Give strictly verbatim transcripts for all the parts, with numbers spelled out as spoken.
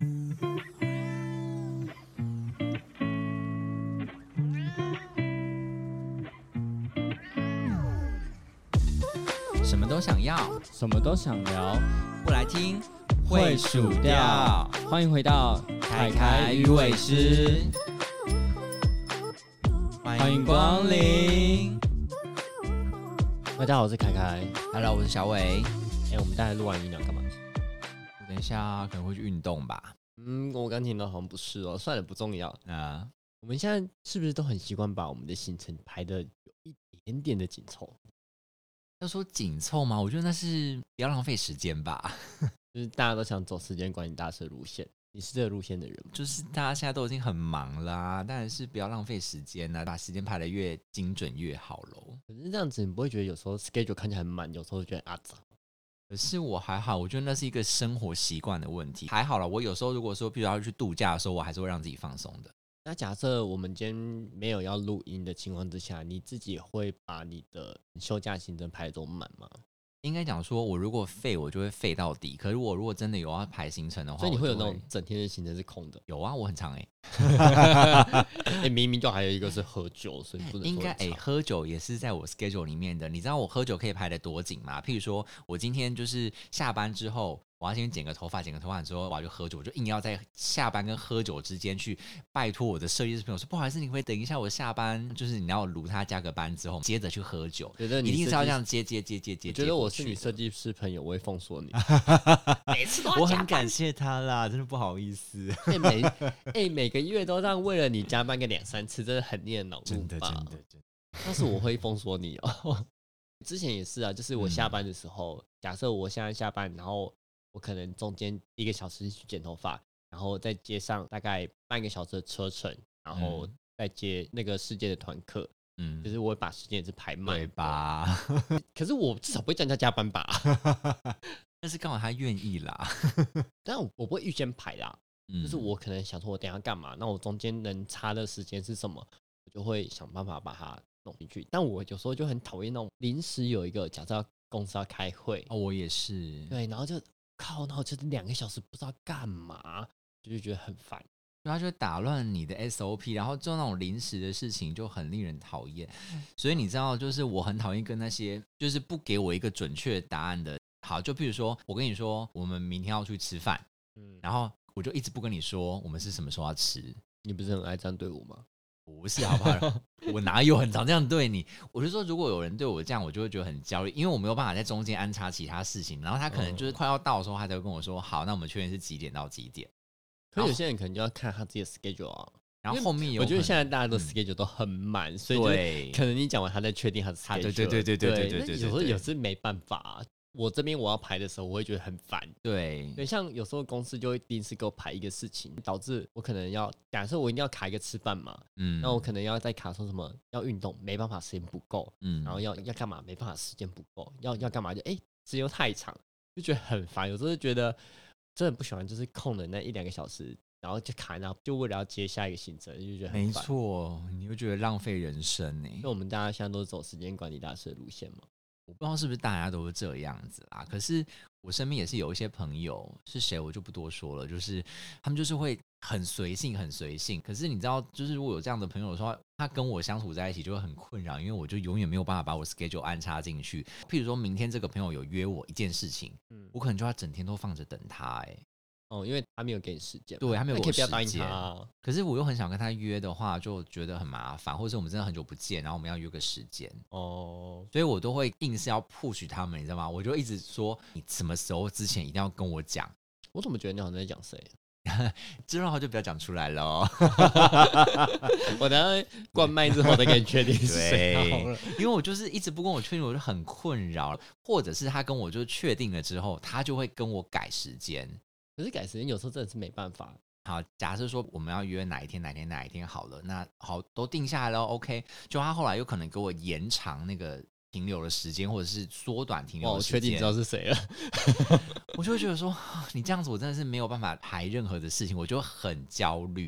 什么都想要， 什么都想聊， 不来听会数掉。 欢迎回到凯凯鱼尾狮，欢迎光临。 大家好，我是凯凯。 Hello， 我是小伟。 哎、欸，我们待会录完音了干嘛？ 我等一下可能会去运动吧。 嗯，我刚听到好像不是哦，算了，不重要啊。 我们现在是不是都很习惯把我们的行程排的有一点点的紧凑？ 要说紧凑吗？我觉得那是不要浪费时间吧。 就是大家都想走时间管理大师的路线，你是这个路线的人吗？ 就是大家现在都已经很忙啦、啊，当然是不要浪费时间啦、啊，把时间排得越精准越好咯。 可是这样子，你不会觉得有时候 schedule 看起来很满，有时候觉得啊脏？ 可是我还好，我觉得那是一个生活习惯的问题。还好啦，我有时候如果说，譬如要去度假的时候，我还是会让自己放松的。 那假设我们今天没有要录音的情况之下，你自己会把你的休假行程排得这么满吗？ 应该讲说，我如果废，我就会废到底。可是我如果真的有要排行程的话， 所以你会有那种整天的行程是空的？ 有啊，我很常哎、 欸欸。明明就还有一个是喝酒，所以不能说应该哎、欸，喝酒也是在我 schedule 里面的。你知道我喝酒可以排得多紧吗？譬如说我今天就是下班之后，我要先剪个头发，剪个头发之后我要去喝酒，我就硬要在下班跟喝酒之间去拜托我的设计师朋友说，不好意思，你可不可以等一下我下班，就是你要撸他加个班之后，接着去喝酒，觉得你一定是要这样接接接接接。 我觉得我是你设计师朋友，我会封锁你。 每次都要加班，我很感谢他啦，真的不好意思。 欸、每欸、每个月都让为了你加班个两三次，真的很令人恼怒吧？ 真的真的真的。 但是我会封锁你哦。之前也是啊，就是我下班的时候，嗯、假设我现在下班，然后我可能中间一个小时去剪头发，然后再接上大概半个小时的车程，然后再接那个世界的团课，嗯，就是我会把时间也是排满， 对吧？ 可是我至少不会叫人家加班吧？ 但是刚好他愿意啦， 但我我不会预先排啦，嗯、就是我可能想说我等一下干嘛，那我中间能插的时间是什么，我就会想办法把它弄进去。但我有时候就很讨厌那种临时有一个假设公司要开会， 哦，我也是， 对，然后就靠，然后就是两个小时不知道干嘛，就觉得很烦。 他就会打乱你的 S O P， 然后做那种临时的事情就很令人讨厌。所以你知道，就是我很讨厌跟那些就是不给我一个准确答案的。好，就譬如说我跟你说我们明天要去吃饭，嗯，然后我就一直不跟你说我们是什么时候要吃。 你不是很爱这样对我吗？ 不是，好不好？我哪有很常这样对你？我就说，如果有人对我这样，我就会觉得很焦虑，因为我没有办法在中间安插其他事情。然后他可能就是快要到的时候，他才会跟我说：“好，那我们确认是几点到几点。” 可有些人可能就要看他自己的 schedule 啊。 然后后面有， 我觉得现在大家的 schedule 都很满，嗯、所以就可能你讲完，他再确定他的 schedule。对对对对对对对对。有时候也是没办法、啊。我这边我要排的时候，我会觉得很烦。 对对，像有时候公司就会临时给我排一个事情，导致我可能要假设我一定要卡一个吃饭嘛，嗯，那我可能要再卡说什么要运动，没办法，时间不够，嗯，然后要要干嘛，没办法，时间不够，要要干嘛就哎，时间又太长，就觉得很烦。有时候就觉得真的不喜欢，就是空的那一两个小时，然后就卡，然后就为了要接下一个行程，就觉得很烦。 没错，你会觉得浪费人生呢、欸。 就我们大家现在都是走时间管理大师的路线嘛。 我不知道是不是大家都是这样子啦，可是我身边也是有一些朋友，是谁我就不多说了，就是他们就是会很随性很随性，可是你知道就是如果有这样的朋友的话，他跟我相处在一起就会很困扰，因为我就永远没有办法把我 schedule 安插进去。譬如说明天这个朋友有约我一件事情，嗯、我可能就要整天都放着等他、欸哦，因为他没有给你时间， 对，他没有给我时间， 可以不要答应他、啊。 可是我又很想跟他约的话，就觉得很麻烦，或者是我们真的很久不见，然后我们要约个时间哦，所以我都会硬是要 push 他们，你知道吗？我就一直说你什么时候之前一定要跟我讲。 我怎么觉得你好像在讲谁？ 之后就不要讲出来了、哦。 我等下关麦之后再跟你确定是谁好了。 因为我就是一直不跟我确定，我就很困扰，或者是他跟我就确定了之后，他就会跟我改时间。 可是改时间有时候真的是没办法。 好，假设说我们要约哪一天哪一天哪一天好了，那好都定下来了 OK， 就他后来有可能给我延长那个停留的时间，或者是缩短停留的时间。 我确定知道是谁了。 我就会觉得说你这样子我真的是没有办法排任何的事情，我就很焦虑。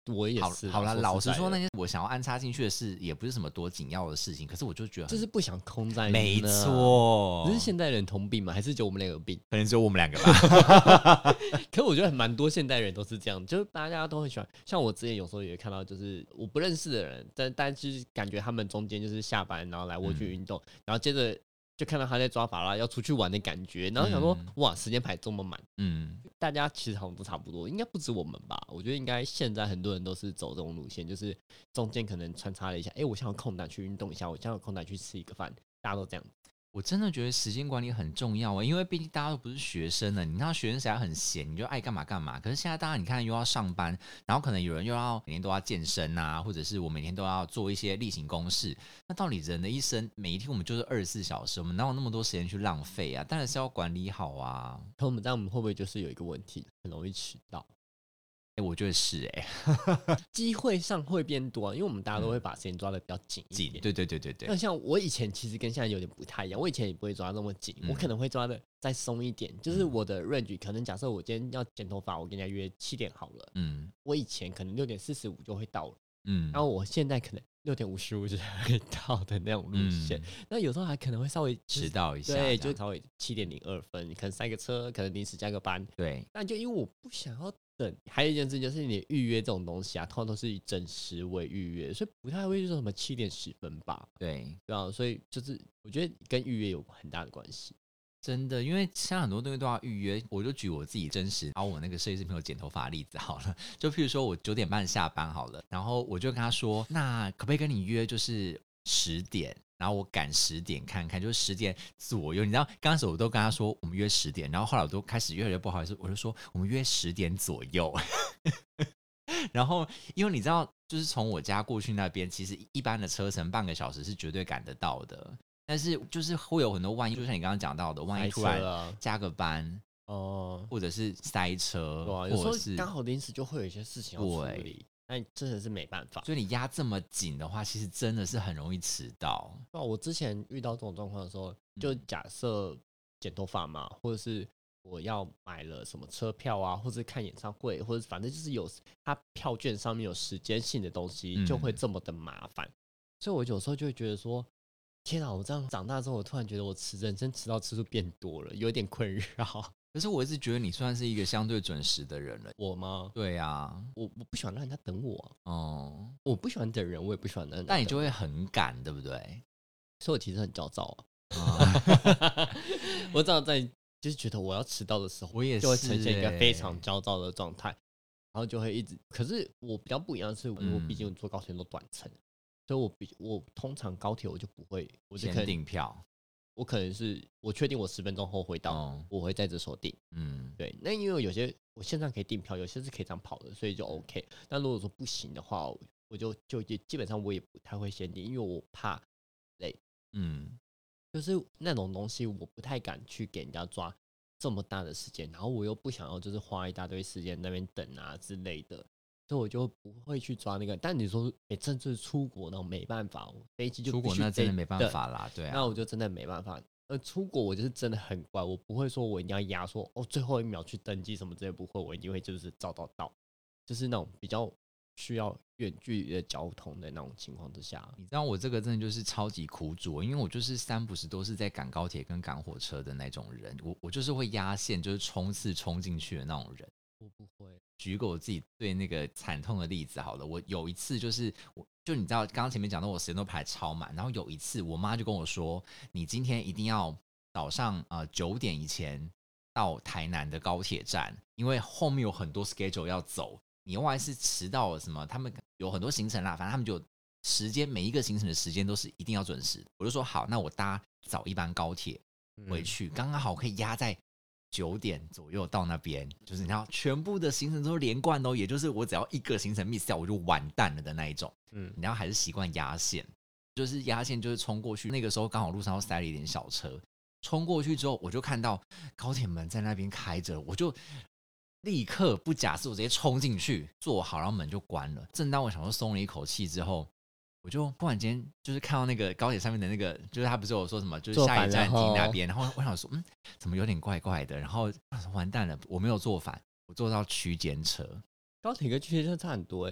我也是。 好了，老实说，那些我想要安插进去的事，也不是什么多紧要的事情。可是我就觉得， 就是不想空在你。 没错， 这是现代人通病吗？还是只有我们两个有病？ 可能只有我们两个吧。 可我觉得蛮多现代人都是这样，就是大家都很喜欢。像我之前有时候也看到，就是我不认识的人，但但就是感觉他们中间就是下班然后来我去运动，嗯、然后接着。就看到他在抓法拉要出去玩的感觉，然后想说、嗯、哇，时间排这么满，嗯，大家其实好像都差不多，应该不止我们吧？我觉得应该现在很多人都是走这种路线，就是中间可能穿插了一下，哎、欸，我想要空档去运动一下，我想要空档去吃一个饭，大家都这样。 我真的觉得时间管理很重要啊，因为毕竟大家都不是学生了。你看学生时代很闲，你就爱干嘛干嘛。可是现在大家你看又要上班，然后可能有人又要每天都要健身啊，或者是我每天都要做一些例行公事。那到底人的一生每一天我们就是二十四小时，我们哪有那么多时间去浪费啊？当然是要管理好啊。 可我们这样，我们会不会就是有一个问题，很容易迟到？ 欸、我觉得是哎、 欸，机会上会变多、啊，因为我们大家都会把时间抓得比较紧一点。 对对对对对。 那像我以前其实跟现在有点不太一样，我以前也不会抓那么紧、嗯，我可能会抓的再松一点。就是我的 range 可能假设我今天要剪头发，我跟人家约七点好了，嗯，我以前可能六点四十五就会到了，嗯，然后我现在可能六点五十五就会到的那种路线、嗯。那有时候还可能会稍微迟到一下， 对，就稍微七点零二分，可能塞个车，可能临时加个班， 对。 但就因为我不想要。还有一件事就是你预约这种东西啊，通常都是以整时为预约，所以不太会说什么七点十分吧。 对， 对啊，所以就是我觉得跟预约有很大的关系。 真的，因为现在很多东西都要预约。我就举我自己真实，然后我那个设计师朋友剪头发的例子好了，就譬如说我九点半下班好了，然后我就跟他说，那可不可以跟你约就是十点？然后我赶十点看看，就是十点左右。你知道，刚开始我都跟他说我们约十点，然后后来我都开始越来越不好意思，我就说我们约十点左右。然后，因为你知道，就是从我家过去那边，其实一般的车程半个小时是绝对赶得到的。但是就是会有很多万一，就像你刚刚讲到的，万一突然加个班哦，或者是塞车， 对啊， 有时候刚好临时就会有一些事情要处理。那真的是没办法， 所以你压这么紧的话，其实真的是很容易迟到。 对啊，我之前遇到这种状况的时候，就假设剪头发嘛，或者是我要买了什么车票啊，或者是看演唱会，或者反正就是有它票券上面有时间性的东西，就会这么的麻烦。嗯、所以我有时候就会觉得说，天啊，我这样长大之后，我突然觉得我迟人生迟到次数变多了，有点困扰。 可是我一直觉得你算是一个相对准时的人了。 我吗？ 对啊， 我我不喜欢让人家等我、啊。哦，我不喜欢等人，我也不喜欢让人家等我。 但你就会很赶，对不对？ 所以我其实很焦躁啊。哦、我这样在就是觉得我要迟到的时候， 我也是、欸、 就会呈现一个非常焦躁的状态，然后就会一直。可是我比较不一样的是，我毕竟坐高铁都短程，嗯、所以我比我通常高铁我就不会，我就先订票。 我可能是我确定我十分钟后会到，哦、我会在这时候订。嗯，对。那因为有些我线上可以订票，有些是可以这样跑的，所以就 OK。但如果说不行的话，我就就基本上我也不太会先订，因为我怕累。嗯，就是那种东西我不太敢去给人家抓这么大的时间，然后我又不想要就是花一大堆时间在那边等啊之类的。所以我就不会去抓那个，但你说，哎、欸，甚至出国那种没办法，飞机就出国那真的没办法啦，对啊， 那我就真的没办法。呃，出国我就是真的很乖，我不会说我一定要压说哦最后一秒去登机什么之类，不会，我一定会就是早到到，就是那种比较需要远距离的交通的那种情况之下。 你知道我这个真的就是超级苦主，因为我就是三不时都是在赶高铁跟赶火车的那种人，我我就是会压线，就是冲刺冲进去的那种人。 我不会。 举一个我自己对那个惨痛的例子好了，我有一次就是我就你知道刚刚前面讲到我时间都排超满，然后有一次我妈就跟我说，你今天一定要早上呃九点以前到台南的高铁站，因为后面有很多 schedule 要走，你万一是迟到了什么，他们有很多行程啦，反正他们就时间每一个行程的时间都是一定要准时。我就说好，那我搭早一班高铁回去，刚刚好可以压在九点左右到那边，就是你知道全部的行程都连贯哦，也就是我只要一个行程 miss 掉我就完蛋了的那一种。嗯，然后还是习惯压线，就是压线就是冲过去，那个时候刚好路上又塞了一点小车，冲过去之后我就看到高铁门在那边开着，我就立刻不假思索直接冲进去坐好，然后门就关了。正当我想说松了一口气之后，我就突然间就是看到那个高铁上面的那个，就是他不是有说什么，就是下一站停那边，然后我想说，嗯，怎么有点怪怪的？然后完蛋了，我没有坐反，我坐到区间车。 高铁跟区间车差很多哎、欸。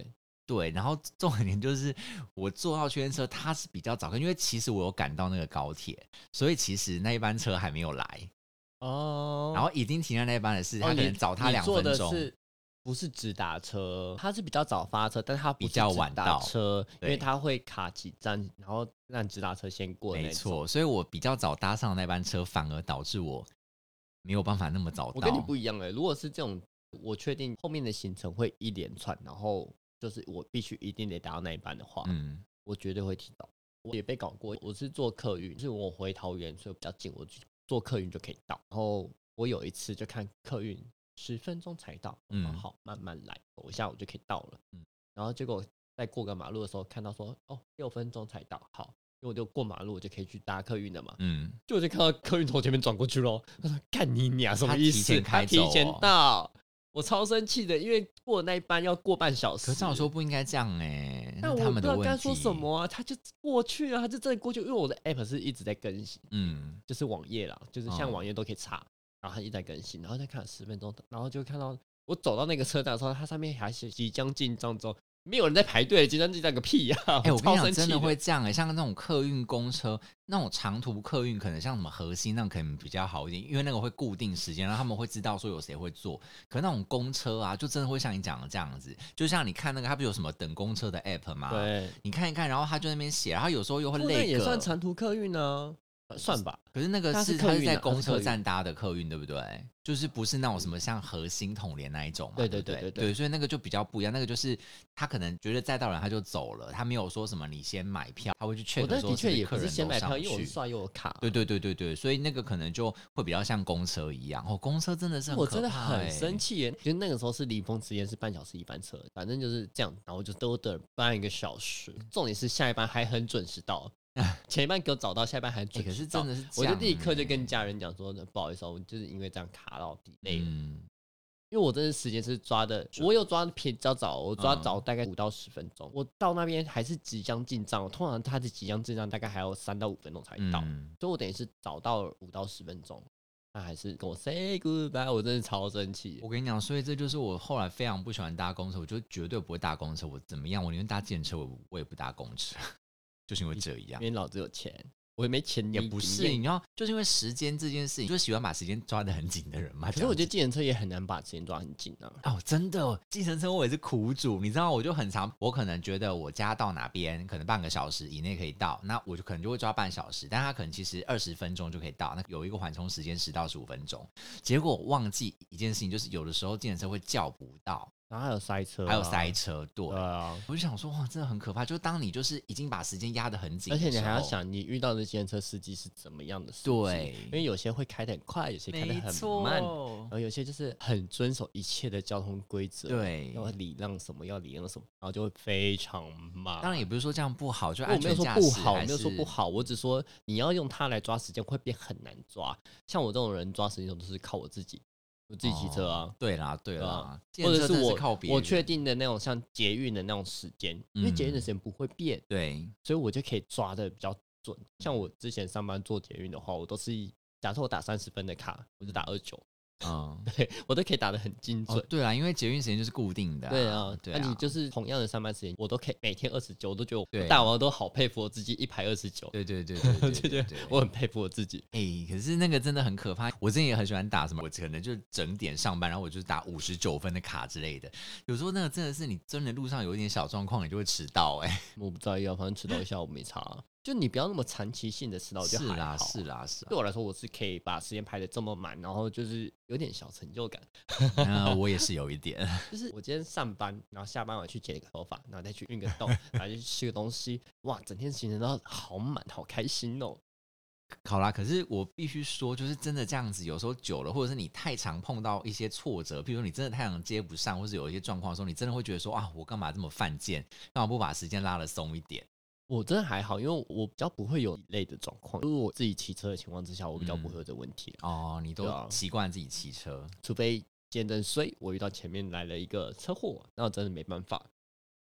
对，然后重点就是我坐到区间车，它是比较早，因为其实我有赶到那个高铁，所以其实那一班车还没有来哦。然后已经停在那一班的是，他可能早他两分钟。 是不是直达车？它是比较早发车，但是它不是比较晚到车，因为它会卡几站，然后让直达车先过。 没错，所以我比较早搭上那班车，反而导致我没有办法那么早到。 我跟你不一样哎、欸，如果是这种，我确定后面的行程会一连串，然后就是我必须一定得搭到那一班的话，嗯，我绝对会提早。我也被搞过，我是坐客运，就是我回桃园，所以比较近，我坐客运就可以到。然后我有一次就看客运。十分钟才到，嗯，好，慢慢来，我一下我就可以到了，嗯，然后结果在过个马路的时候看到说，哦，六分钟才到，好，因为我就过马路，我就可以去搭客运了嘛，嗯，就我就看到客运从前面转过去咯，他说干你娘什么意思？他提前开走、哦、他提前到，我超生气的，因为过那一班要过半小时。 可是照说不应该这样哎、欸， 那我不知道该说什么啊，他就过去了，他就真的过去，因为我的 app 是一直在更新，嗯，就是网页啦，就是像网页都可以查。哦，然后他一直在更新，然后再看了十分钟，然后就看到我走到那个车站的时候，它上面还是即将进站中，没有人在排队，即将进站个屁呀、啊！ 哎、欸，我跟你讲，真的会这样哎、欸，像那种客运公车，那种长途客运，可能像什么核心那种可能比较好一点，因为那个会固定时间，然后他们会知道说有谁会坐。可那种公车啊，就真的会像你讲的这样子，就像你看那个，它不是有什么等公车的 app 吗？ 对， 你看一看，然后他就在那边写，然后有时候又会累个， 那也算长途客运呢、啊，算吧。 可是那个是他是在公车站搭的客运，对不对？就是不是那种什么像核心统联那一种嘛？ 对对对对对, 对, 对，所以那个就比较不一样。那个就是他可能觉得载到人他就走了，他没有说什么你先买票，他会去确认说是不是客人都上去。我的确也不是先买票，因为我是刷悠游卡。 对对对对对，所以那个可能就会比较像公车一样。哦，公车真的是很可怕、欸， 我真的很生气耶！就那个时候是离峰时间是半小时一班车，反正就是这样，然后就都等半一个小时。重点是下一班还很准时到。前一班给我找到，下一班还准时到、欸、可是真的是这样、欸，我就立刻就跟家人讲说，不好意思、喔，我就是因为这样卡到底累了。嗯，因为我真的时间是抓的，我有抓比较早，我抓早大概五到十分钟、嗯，我到那边还是即将进站，通常他的即将进站大概还要三到五分钟才到、嗯，所以我等于是早到五到十分钟。他还是跟我 say goodbye， 我真的超生气。 我跟你讲，所以这就是我后来非常不喜欢搭公车，我就绝对不会搭公车。我怎么样，我宁愿搭计程车，我我也不搭公车。就是因为这样， 因为老子有钱，我也没钱。 也不是，你要就是因为时间这件事情，就是喜欢把时间抓得很紧的人嘛。 可是我觉得计程车也很难把时间抓很紧啊。 哦，真的，计程车我也是苦主，你知道，我就很常，我可能觉得我家到哪边可能半个小时以内可以到，那我就可能就会抓半小时，但他可能其实二十分钟就可以到，那有一个缓冲时间十到十五分钟。结果我忘记一件事情，就是有的时候计程车会叫不到。 然后还有塞车、啊， 还有塞车，对， 对啊， 我就想说，哇，真的很可怕。就是当你就是已经把时间压得很紧， 而且你还要想，你遇到的计程车司机是怎么样的司机？ 对， 因为有些会开得很快，有些开得很慢，然后有些就是很遵守一切的交通规则， 对， 要礼让什么，要礼让什么，然后就会非常慢。 当然也不是说这样不好，就安全驾驶。 我没有说不好，我没有说不好，我只说你要用它来抓时间会变很难抓。像我这种人抓时间都是靠我自己。我自己骑车啊、哦， 对啦，对啦， 或者是我靠别人我确定的那种像捷运的那种时间、嗯，因为捷运的时间不会变， 对， 所以我就可以抓的比较准。像我之前上班做捷运的话，我都是假设我打三十分的卡，我就打二九。嗯，对我都可以打得很精准、哦。 对啦，因为捷运时间就是固定的、啊。 对啊，对啊，那你就是同样的上班时间，我都可以每天二十九，我都觉得我大王都好佩服我自己，一排二十九。 对对对对对对对， 对我很佩服我自己。 哎、欸，可是那个真的很可怕。我之前也很喜欢打什么，我可能就整点上班，然后我就打五十九分的卡之类的。有时候那个真的是你真的路上有一点小状况，你就会迟到、欸。哎， 我不在意啊，反正迟到一下我没差、啊。就你不要那么长期性的迟到就还好。 是啦是啦是啦。 对我来说，我是可以把时间排得这么满，然后就是有点小成就感。 嗯，我也是有一点。 就是我今天上班，然后下班我去剪个头发，然后再去运个动，然后去吃个东西，哇，整天行程都好满，好开心哦。 好啦，可是我必须说，就是真的这样子，有时候久了，或者是你太常碰到一些挫折，比如说你真的太常接不上，或是有一些状况的时候，你真的会觉得说啊，我干嘛这么犯贱，干嘛不把时间拉得松一点？ 我真的还好，因为我比较不会有累的状况。如果我自己骑车的情况之下，我比较不会有这问题、 嗯、哦，你都习惯自己骑车， 除非今天真衰，我遇到前面来了一个车祸，那我真的没办法。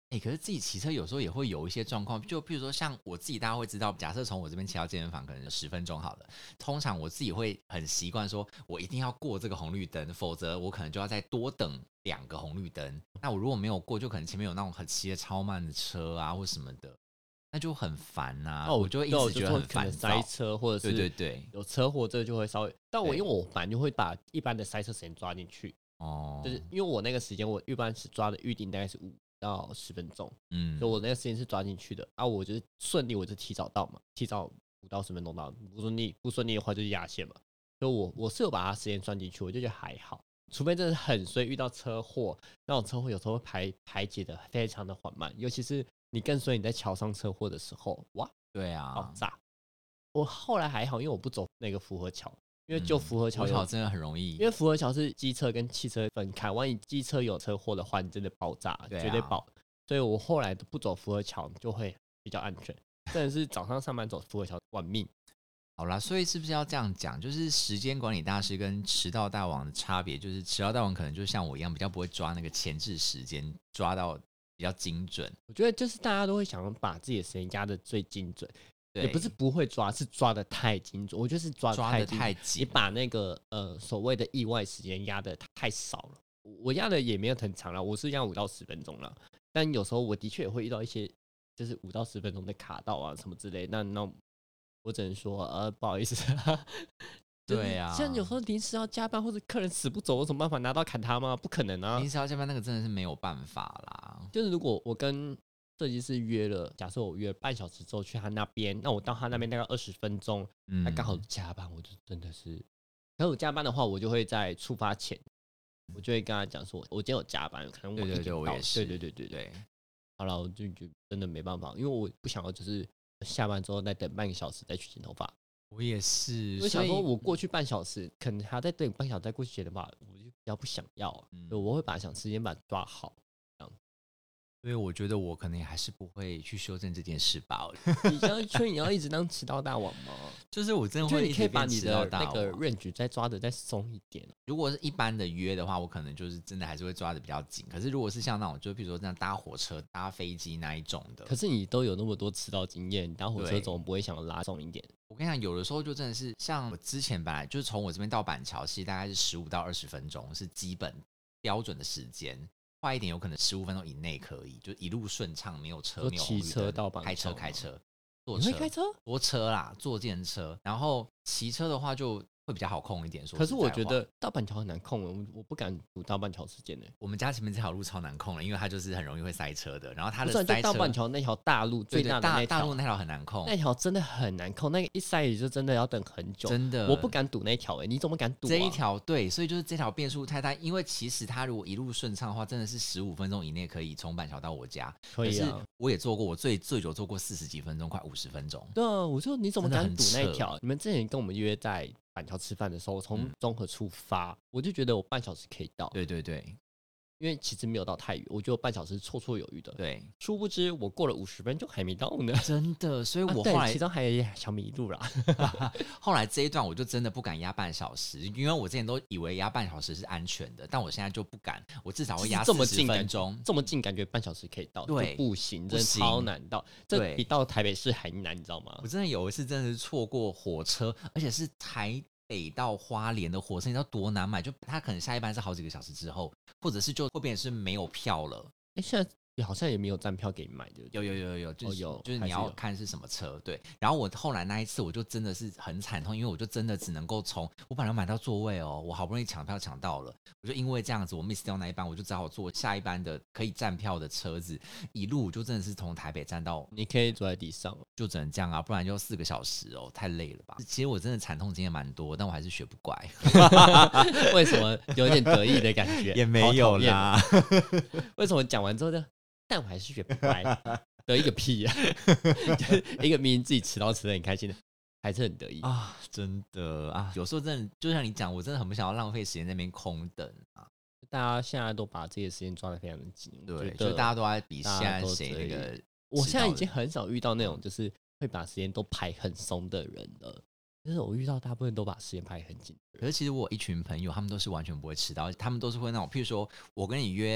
哎、欸，可是自己骑车有时候也会有一些状况，就譬如说像我自己，大家会知道，假设从我这边骑到健身房可能十分钟好了，通常我自己会很习惯说，我一定要过这个红绿灯，否则我可能就要再多等两个红绿灯。那我如果没有过，就可能前面有那种很骑的超慢的车啊或什么的，那就很烦呐、啊哦。我就会一直觉得很烦躁， 塞车或者是对对对有车祸，这个就会稍微。但我因为我反正就会把一般的塞车时间抓进去哦，就是因为我那个时间我一般是抓的预定大概是五到十分钟，嗯，所以我那个时间是抓进去的啊。我就是顺利，我就提早到嘛，提早五到十分钟到。不顺利，不顺利的话就是压线嘛。所以我我是有把它时间算进去，我就觉得还好。除非真的很衰，遇到车祸，那种车祸有时候会排排解的非常的缓慢，尤其是你更衰你在桥上车祸的时候，哇， 对啊， 爆炸。我后来还好，因为我不走那个福和桥。因为就福和桥， 福和桥真的很容易。 因为福和桥是机车跟汽车分开，万一机车有车祸的话，你真的爆炸，对啊、绝对爆。所以我后来不走福和桥就会比较安全。真的是早上上班走福和桥玩命。 好啦，所以是不是要这样讲？就是时间管理大师跟迟到大王的差别，就是迟到大王可能就像我一样，比较不会抓那个前置时间，抓到比较精准。 我觉得就是大家都会想把自己的时间压得最精准。也不是不会抓，是抓的太精准。我觉得是抓的太紧，你把那个呃所谓的意外时间压的太少了。我压的也没有很长了，我是压五到十分钟了。但有时候我的确也会遇到一些，就是五到十分钟的卡到啊什么之类。那那我只能说呃不好意思。 对啊， 像有时候临时要加班或者客人死不走，有什么办法拿到砍他吗？不可能啊！ 临时要加班那个真的是没有办法啦。 就是如果我跟设计师约了，假设我约了半小时之后去他那边，那我到他那边大概二十分钟，嗯，他刚好加班，我就真的是，可是我加班的话，我就会在出发前，我就会跟他讲说，我今天有加班，可能我一点到， 对对对， 对对对对对。好了，我就就真的没办法，因为我不想要就是下班之后再等半个小时再去剪头发。 我也是， 我想说我过去半小时，可能还要再等半小时再过去剪头发，我就比较不想要，嗯，我会把想时间把它抓好。 所以我觉得我可能还是不会去修正这件事吧。 你这样劝你要一直当迟到大王吗？ 就是我真的会一直变迟到大王。 你可以把你的那个 range 再抓的再松一点。 如果是一般的约的话，我可能就是真的还是会抓的比较紧。可是如果是像那种，就比如说这样搭火车、搭飞机那一种的， 可是你都有那么多迟到经验，你搭火车怎么不会想要拉松一点？ 我跟你讲，有的时候就真的是像我之前本来就是从我这边到板桥，其实大概是十五到二十分钟是基本标准的时间。快一点有可能十五分钟以内可以，就一路顺畅，没有车，没有红绿灯， 骑车到板桥， 开车开车，坐车，你会开车？ 坐车啦，坐电车车，然后骑车的话就会比较好控一点。说可是我觉得到板桥很难控，我我不敢赌到板桥时间呢。 我们家前面这条路超难控了，因为它就是很容易会塞车的。然后它的塞车， 到板桥那条大路最大的那条， 大路那条很难控， 那条真的很难控，那个一塞也就真的要等很久。 真的， 我不敢赌那条哎，你怎么敢赌？ 这一条对，所以就是这条变数太大。因为其实它如果一路顺畅的话，真的是十五分钟以内可以从板桥到我家。 可以啊， 我也做过，我最最久做过四十几分钟，快五十分钟。 对啊，我说你怎么敢赌那一条？你们之前跟我们约在板桥吃饭的时候，从中和出发，嗯，我就觉得我半小时可以到。 对对对， 因为其实没有到太远，我觉得半小时绰绰有余的。 对， 殊不知我过了五十分钟还没到呢， 真的。所以我后来、 啊、其中还有一小迷路啦。 后来这一段我就真的不敢压半小时，因为我之前都以为压半小时是安全的，但我现在就不敢，我至少会压四十分钟。 这么近，感觉半小时可以到， 对， 不行，真的超难到，这比到台北市还难，你知道吗？ 我真的有一次真的是错过火车，而且是台北到花莲的火车，你知道多难买？就他可能下一班是好几个小时之后，或者是就后边是没有票了。 哎，现在好像也没有站票给你买的。 有有有有，就是、 哦、有， 就是你要看是什么车。对，然后我后来那一次我就真的是很惨痛，因为我就真的只能够从我本来买到座位哦，我好不容易抢票抢到了，我就因为这样子我 miss 掉那一班，我就只好坐下一班的可以站票的车子，一路我就真的是从台北站到， 你可以坐在地上， 就只能这样啊，不然就四个小时哦，太累了吧。其实我真的惨痛经验蛮多，但我还是学不乖。 为什么有点得意的感觉？ 也没有啦。 为什么讲完之后呢？但我还是学不乖，得一个屁啊！就是一个明明自己迟到迟得很开心的，还是很得意啊！真的啊，有时候真的就像你讲，我真的很不想要浪费时间在那边空等啊。 大家现在都把这些时间抓得非常的紧， 对，就大家都在比现在谁那个。 我现在已经很少遇到那种就是会把时间都排很松的人了。就是我遇到大部分都把时间排很紧。 可是其实我有一群朋友，他们都是完全不会迟到，他们都是会那种，譬如说我跟你约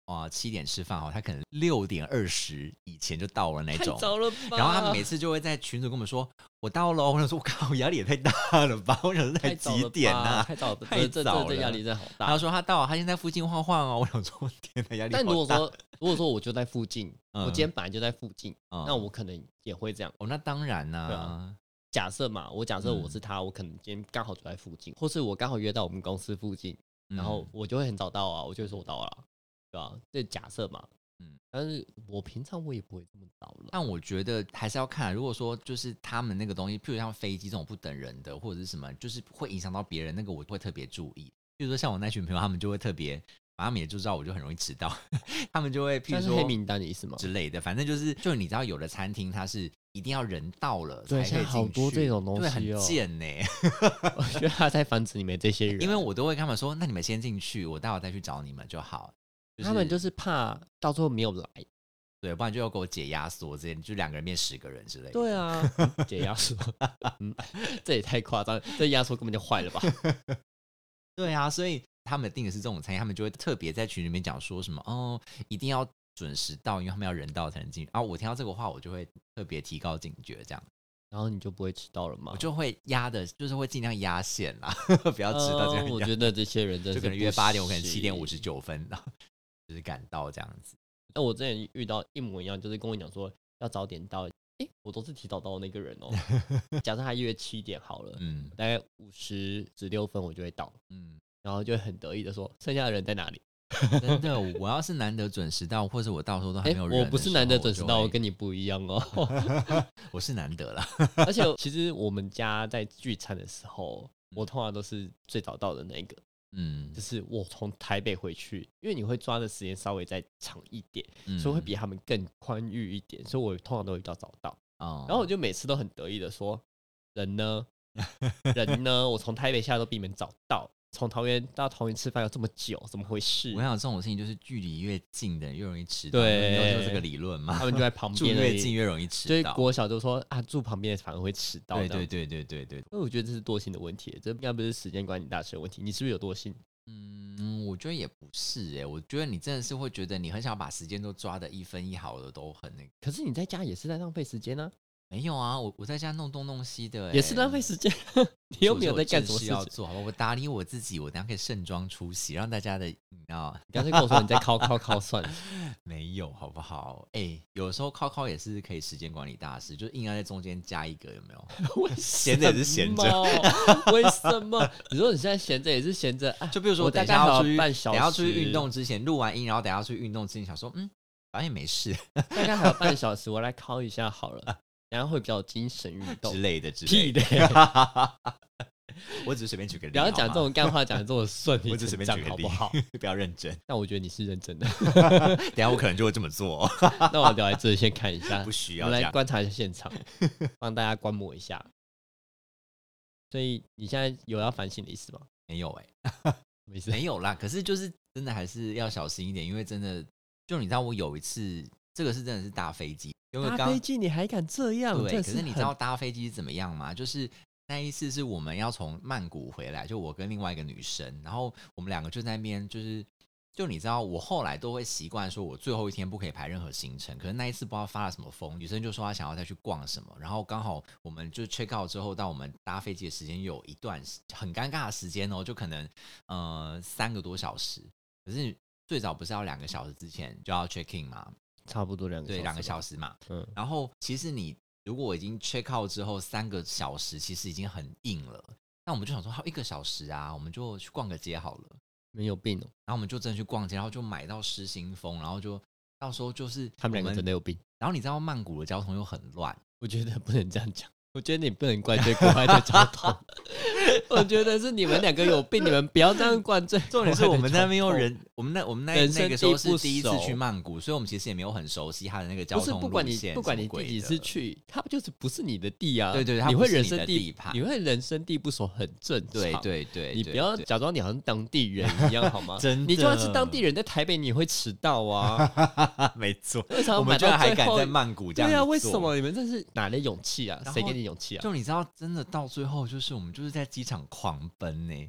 哇七点吃饭他可能六点二十以前就到了那种， 太早了吧。 然后他们每次就会在群组跟我们说我到了，我想说我靠压力也太大了吧，我想说才几点啊， 太早了， 太早了， 这压力真的好大。 他说他到了，他现在附近晃晃哦，我想说天哪压力好大。 但如果说如果说我就在附近、嗯、我今天本来就在附近、嗯、那我可能也会这样。 哦那当然啦、啊啊、假设嘛，我假设我是他、嗯、我可能今天刚好就在附近，或是我刚好约到我们公司附近、嗯、然后我就会很早到啊，我就会说我到了，对吧、啊？这假设嘛，嗯，但是我平常我也不会这么早了。 但我觉得还是要看，如果说就是他们那个东西，譬如像飞机这种不等人的，或者是什么，就是会影响到别人，那个我会特别注意。比如说像我那群朋友，他们就会特别，他们也就知道我就很容易迟到，他们就会譬如说黑名单的意思吗？ 之类的，反正就是就你知道有的餐厅它是一定要人到了才可以进去， 对，好多这种东西、哦， 对，很贱呢、欸。 我觉得他在防止你们这些人， 因为我都会跟他们说，那你们先进去，我待会再去找你们就好。就是、 他们就是怕到最后没有来。 对，不然就要给我解压缩之类，就两个人变十个人之类的。 对啊，解压缩、嗯，这也太夸张了，这压缩根本就坏了吧？ 对啊，所以他们订的是这种餐厅，他们就会特别在群里面讲说什么哦，一定要准时到，因为他们要人到才能进。然后我听到这个话，我就会特别提高警觉，这样。 然后你就不会迟到了吗？ 我就会压的，就是会尽量压线啦，不要迟到这样、 呃。我觉得这些人真的是就可能约八点，我可能七点五十九分，就是赶到这样子。 那我之前遇到一模一样，就是跟我讲说要早点到，哎，我都是提早到的那个人哦。假设他约七点好了，嗯，大概五十十六分我就会到，嗯，然后就会很得意的说，剩下的人在哪里？ 真的，我要是难得准时到，或者我到时候都还没有人， 我不是难得准时到，我跟你不一样哦。 我是难得啦。 而且其实我们家在聚餐的时候，我通常都是最早到的那个。嗯，就是我从台北回去，因为你会抓的时间稍微再长一点、嗯，所以会比他们更宽裕一点，所以我通常都会比较早到。哦、然后我就每次都很得意的说：“人呢？人呢？我从台北下来都比你们早到，从桃园到桃园吃饭要这么久，怎么回事？” 我想这种事情就是距离越近的越容易迟到，对，你有这个理论吗？ 他们就在旁边， 住越近越容易迟到。 所以国小就说啊，住旁边反而会迟到。 对对对对对对。 所以我觉得这是惰性的问题，这应该不是时间管理大师的问题。你是不是有惰性？ 嗯，我觉得也不是哎、欸，我觉得你真的是会觉得你很想把时间都抓得一分一毫的，都很那个。 可是你在家也是在浪费时间啊。 没有啊，我我在家弄东弄西的、欸， 也是浪费时间。你又没有在干什么事要做，好吧？我打理我自己，我等一下可以盛装出席，让大家的，你知道， 你刚才跟我说你在敲敲敲算了， 没有，好不好？哎、欸，有时候敲敲也是可以时间管理大师，就硬要在中间加一个，有没有？闲着也是闲着， 为什么？你说你现在闲着也是闲着、啊， 就比如说我等一下要出去，等一下出去运动之前录完音，然后等一下出去运动之前想说，嗯，反正也没事， 大概还有半小时，我来敲一下好了。然后会比较精神运动之类的之类的，我只是随便举个例， 不要讲这种干话，讲的这么顺， 我只是随便举个例， 好不好？ 不要认真。 但我觉得你是认真的， 等一下我可能就会这么做。 那我留在这里先看一下， 不需要。 我们来观察一下现场，帮大家观摩一下。所以你现在有要反省的意思吗？ 没有哎、欸，没事，没有啦。可是就是真的还是要小心一点，因为真的，就你知道我有一次。这个是真的是搭飞机，因为搭飞机你还敢这样？ 对，可是你知道搭飞机是怎么样吗？就是那一次是我们要从曼谷回来，就我跟另外一个女生，然后我们两个就在那边，就是就你知道，我后来都会习惯说，我最后一天不可以排任何行程。可是那一次不知道发了什么疯，女生就说她想要再去逛什么，然后刚好我们就 check out 之后，到我们搭飞机的时间有一段很尴尬的时间哦，就可能呃三个多小时。可是最早不是要两个小时之前就要 check in 吗？ 差不多两个小时， 对，两个小时嘛。嗯，然后其实你如果我已经 check out 之后三个小时，其实已经很硬了。那我们就想说，还有一个小时啊，我们就去逛个街好了。 没有病哦。 然后我们就真的去逛街，然后就买到失心疯，然后就到时候就是他们两个真的有病。 然后你知道曼谷的交通又很乱， 我觉得不能这样讲。我觉得你不能怪罪国外的交通，我觉得是你们两个有病，你们不要这样怪罪。 重点是我们在那边用人，我们那我们那那个时候是第一次去曼谷，所以我们其实也没有很熟悉它的那个交通路线。 不是，不管你不管你第几次去，它不就是不是你的地啊？ 对对， 你会人生地你会人生地不熟，很正常。 对对对， 你不要假装你好像当地人一样好吗？ 真的， 你就算是当地人，在台北你会迟到啊。 没错，我们居然还敢在曼谷这样做。 对啊，为什么你们这是哪来勇气啊？谁给你勇气啊？ 就你知道，真的到最后就是我们就是在机场狂奔呢、欸，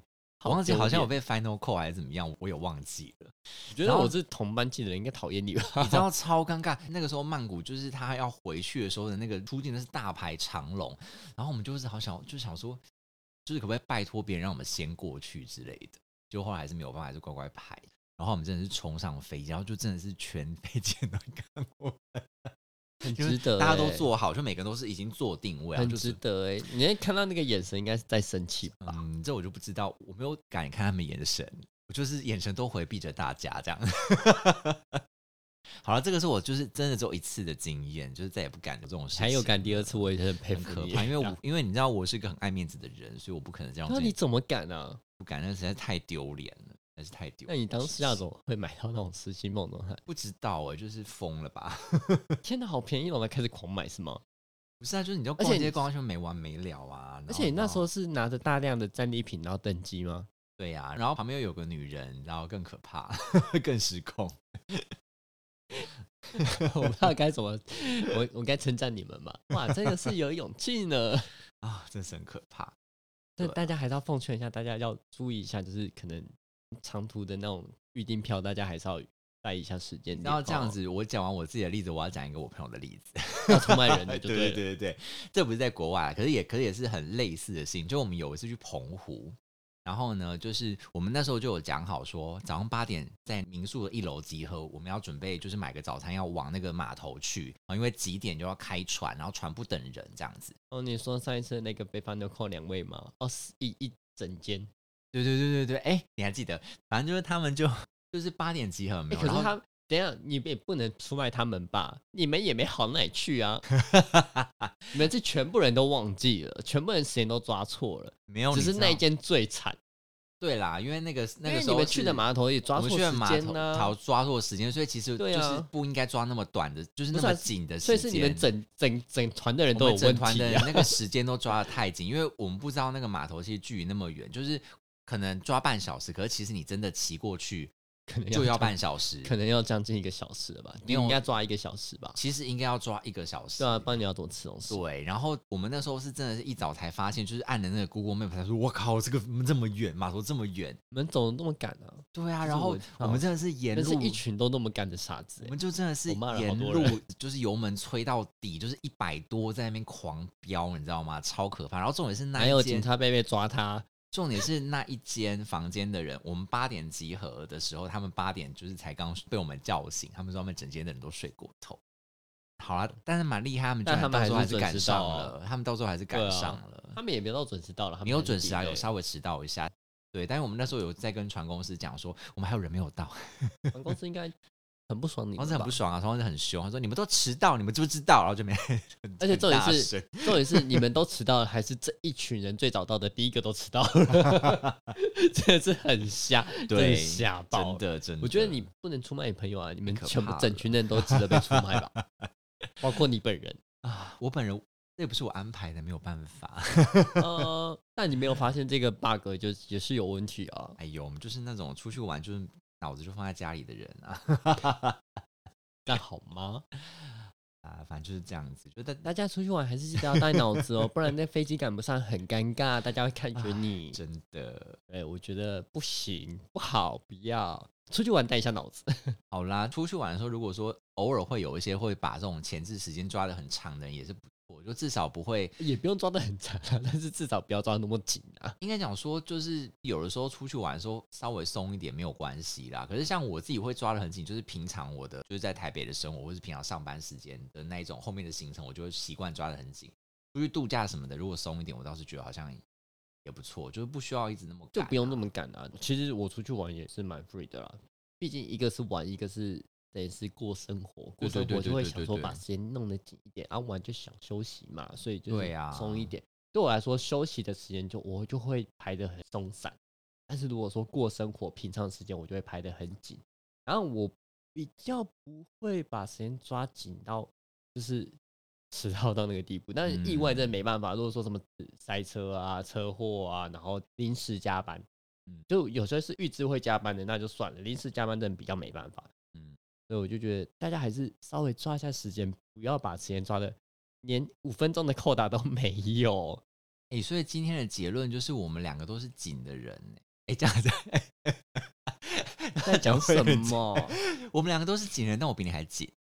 我忘记好像有被 final call 还是怎么样，我有忘记了。 我觉得我是同班级的人，应该讨厌你吧？ 你知道超尴尬。那个时候曼谷就是他要回去的时候的那个出境的是大排长龙，然后我们就是好想就想说，就是可不可以拜托别人让我们先过去之类的。就后来还是没有办法，还是乖乖排。然后我们真的是冲上飞机，然后就真的是全飞机都看我们。 很值得、欸， 大家都坐好，就每个人都是已经坐定位， 很值得哎、欸。你在看到那个眼神，应该是在生气吧？ 嗯，这我就不知道，我没有敢看他们眼神，我就是眼神都回避着大家这样。好了，这个是我就是真的只有一次的经验，就是再也不敢有这种事情。 还有敢第二次，我也是很佩服你， 很可怕，因为我因为你知道我是一个很爱面子的人，所以我不可能这样。 那你怎么敢啊？ 不敢，那实在太丢脸了。那是太丢。 那你当时那种会买到那种实心梦动态？ 不知道哎、欸，就是疯了吧？ 天哪，好便宜了，我开始狂买是吗？ 不是啊，就是你就逛街逛就没完没了啊。 而且你那时候是拿着大量的战利品然后登机吗？ 对呀、啊，然后旁边又有个女人，然后更可怕，更失控。 我不知道该怎么，我我该称赞你们吧？哇，真的是有勇气呢！ 啊，真是很可怕。 但大家还是要奉劝一下，大家要注意一下，就是可能长途的那种预订票，大家还是要带一下时间点。 然后这样子，我讲完我自己的例子，我要讲一个我朋友的例子， 要出卖人的就对了。 对对对对，这不是在国外，可是也可是也是很类似的事情。就我们有一次去澎湖。然后呢，就是我们那时候就有讲好说，早上八点在民宿的一楼集合，我们要准备就是买个早餐，要往那个码头去，因为几点就要开船，然后船不等人这样子。 哦，你说上一次那个被翻纽扣两位吗？哦，一一整间。 对对对对对，哎，你还记得？反正就是他们就就是八点集合没有， 可是他等一下你也不能出卖他们吧？你们也没好哪里去啊！你们这全部人都忘记了，全部人时间都抓错了， 没有， 只是那一间最惨。 对啦，因为那个那个时候因为你们去的码头也抓错时间呢、 啊，抓错时间，所以其实就是不应该抓那么短的，就是那么紧的时间。 所以是你们整整整团的人都有问题、啊， 整团的人那个时间都抓得太紧，因为我们不知道那个码头其实距离那么远，就是可能抓半小时，可是其实你真的骑过去。可能就要半小时， 可能要将近一个小时了吧？你应该抓一个小时吧？ 其实应该要抓一个小时。 对啊，不然你要怎么吃东西？ 对，然后我们那时候是真的是一早才发现，就是按的那个 Google Map 才说，我靠，这个这么远，码头这么远， 你们走得那么赶啊？ 对啊，然后我们真的是沿路， 是一群都那么赶的傻子、欸， 我们就真的是沿路就是油门吹到底，就是一百多在那边狂飙，你知道吗？超可怕。然后重点是那一间， 还有警察贝贝抓他。 重点是那一间房间的人，我们八点集合的时候，他们八点就是才刚被我们叫醒，他们说他们整间的人都睡过头。好啦，但是蛮厉害，他们居然到时候还是赶上了，他们到时候还是赶上了， 他们也没有到准时到了， 没有准时啊，有稍微迟到一下。对，但是我们那时候有在跟船公司讲说，我们还有人没有到， 船公司应该很不爽你们吧， 船公司很不爽啊，船公司很凶，他说你们都迟到，你们知不知道？然后就没， 而且重点是，重点是你们都迟到了，还是这一群人最早到的第一个都迟到了，真的是很瞎，对，瞎爆， 真的真的。 我觉得你不能出卖你朋友啊，你们全部整群人都值得被出卖吧，包括你本人啊，我本人这也不是我安排的，没有办法。 呃，但你没有发现这个 bug 就也是有问题啊？ 哎呦，我们就是那种出去玩就是脑子就放在家里的人啊， 那好吗？ 啊，反正就是这样子，就大家出去玩还是记得要带脑子哦，不然那飞机赶不上很尴尬，大家会看着你。 啊、真的， 哎，我觉得不行，不好，不要出去玩带一下脑子。 好啦，出去玩的时候，如果说偶尔会有一些会把这种前置时间抓得很长的人，也是不错，就至少不会， 也不用抓得很长啊，但是至少不要抓得那么紧啊。 应该讲说，就是有的时候出去玩的时候稍微松一点没有关系啦。可是像我自己会抓得很紧，就是平常我的就是在台北的生活，或是平常上班时间的那一种后面的行程，我就会习惯抓得很紧。出去度假什么的，如果松一点，我倒是觉得好像也不错，就是不需要一直那么赶、啊， 就不用那么赶啊。其实我出去玩也是蛮 free 的啦，毕竟一个是玩，一个是等于是过生活，过生活就会想说把时间弄得紧一点，啊玩就想休息嘛，所以就是松一点。对, 啊、对我来说，休息的时间就我就会排得很松散，但是如果说过生活平常时间，我就会排得很紧。然后我比较不会把时间抓紧到就是迟到到那个地步，但是意外真的没办法。如果说什么塞车啊、车祸啊，然后临时加班，就有时候是预知会加班的，那就算了。临时加班的人比较没办法，嗯，所以我就觉得大家还是稍微抓一下时间，不要把时间抓的连五分钟的扣打都没有。 哎、欸，所以今天的结论就是我们两个都是紧的人、欸， 哎，这样子在讲什么？ 我们两个都是紧人，但我比你还紧。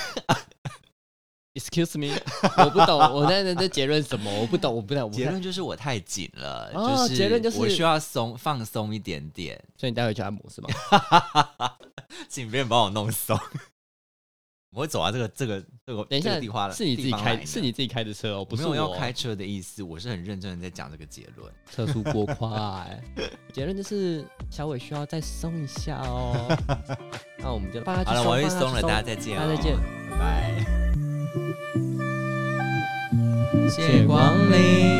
Excuse me， 我不懂，我在在结论什么？我不懂，我不懂。 结论就是我太紧了， 哦、 就是结论就是我需要松放松一点点。 所以你待会去按摩是吗？ 请别人帮我弄松。我会走啊，这个这个这个， 等一下， 这个地花是你自己开，是你自己开的车哦，不是我没有要开车的意思，我是很认真的在讲这个结论。 车速过快，结论就是小伟需要再松一下哦。那我们就好了，我会松了，大家再见、哦， 大家再见， 拜拜。谢光临。